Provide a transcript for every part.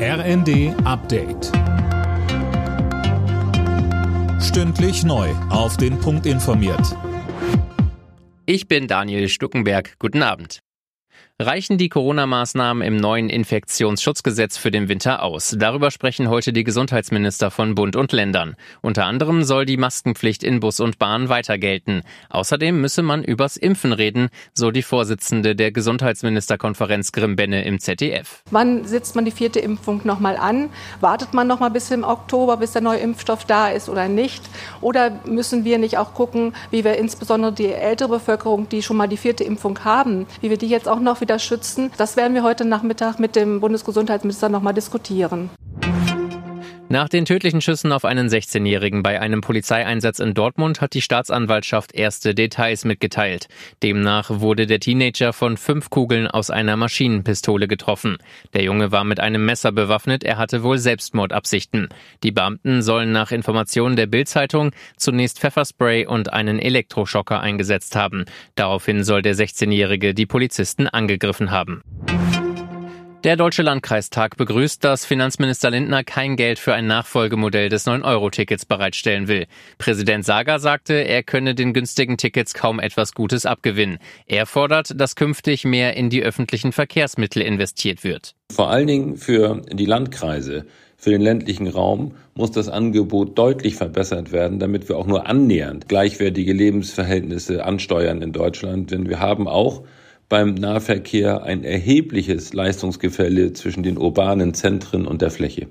RND Update. Stündlich neu auf den Punkt informiert. Ich bin Daniel Stuckenberg. Guten Abend. Reichen die Corona-Maßnahmen im neuen Infektionsschutzgesetz für den Winter aus? Darüber sprechen heute die Gesundheitsminister von Bund und Ländern. Unter anderem soll die Maskenpflicht in Bus und Bahn weiter gelten. Außerdem müsse man übers Impfen reden, so die Vorsitzende der Gesundheitsministerkonferenz Grimbenne im ZDF. Wann setzt man die 4. Impfung nochmal an? Wartet man nochmal bis im Oktober, bis der neue Impfstoff da ist oder nicht? Oder müssen wir nicht auch gucken, wie wir insbesondere die ältere Bevölkerung, die schon mal die 4. Impfung haben, wie wir die jetzt auch noch wieder schützen? Das werden wir heute Nachmittag mit dem Bundesgesundheitsminister nochmal diskutieren. Nach den tödlichen Schüssen auf einen 16-Jährigen bei einem Polizeieinsatz in Dortmund hat die Staatsanwaltschaft erste Details mitgeteilt. Demnach wurde der Teenager von 5 Kugeln aus einer Maschinenpistole getroffen. Der Junge war mit einem Messer bewaffnet, er hatte wohl Selbstmordabsichten. Die Beamten sollen nach Informationen der Bild-Zeitung zunächst Pfefferspray und einen Elektroschocker eingesetzt haben. Daraufhin soll der 16-Jährige die Polizisten angegriffen haben. Der Deutsche Landkreistag begrüßt, dass Finanzminister Lindner kein Geld für ein Nachfolgemodell des 9-Euro-Tickets bereitstellen will. Präsident Sager sagte, er könne den günstigen Tickets kaum etwas Gutes abgewinnen. Er fordert, dass künftig mehr in die öffentlichen Verkehrsmittel investiert wird. Vor allen Dingen für die Landkreise, für den ländlichen Raum muss das Angebot deutlich verbessert werden, damit wir auch nur annähernd gleichwertige Lebensverhältnisse ansteuern in Deutschland. Denn wir haben auch beim Nahverkehr ein erhebliches Leistungsgefälle zwischen den urbanen Zentren und der Fläche.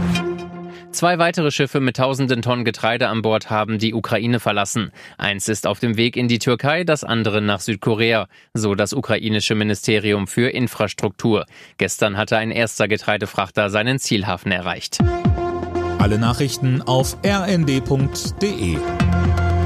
2 weitere Schiffe mit tausenden Tonnen Getreide an Bord haben die Ukraine verlassen. Eins ist auf dem Weg in die Türkei, das andere nach Südkorea, so das ukrainische Ministerium für Infrastruktur. Gestern hatte ein erster Getreidefrachter seinen Zielhafen erreicht. Alle Nachrichten auf rnd.de.